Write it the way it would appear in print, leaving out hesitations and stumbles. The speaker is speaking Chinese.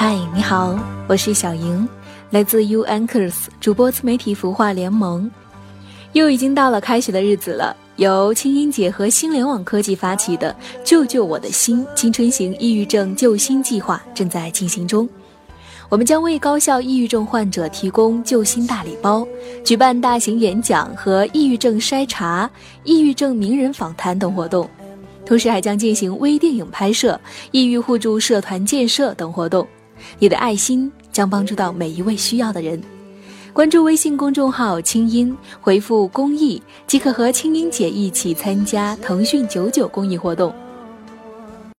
嗨，你好，我是小莹，来自 U Anchors 主播自媒体孵化联盟。又已经到了开学的日子了，由青音结合新联网科技发起的救救我的心青春型抑郁症救心计划正在进行中。我们将为高校抑郁症患者提供救心大礼包，举办大型演讲和抑郁症筛查、抑郁症名人访谈等活动，同时还将进行微电影拍摄、抑郁互助社团建设等活动。你的爱心将帮助到每一位需要的人。关注微信公众号清音，回复公益即可和清音姐一起参加腾讯99公益活动，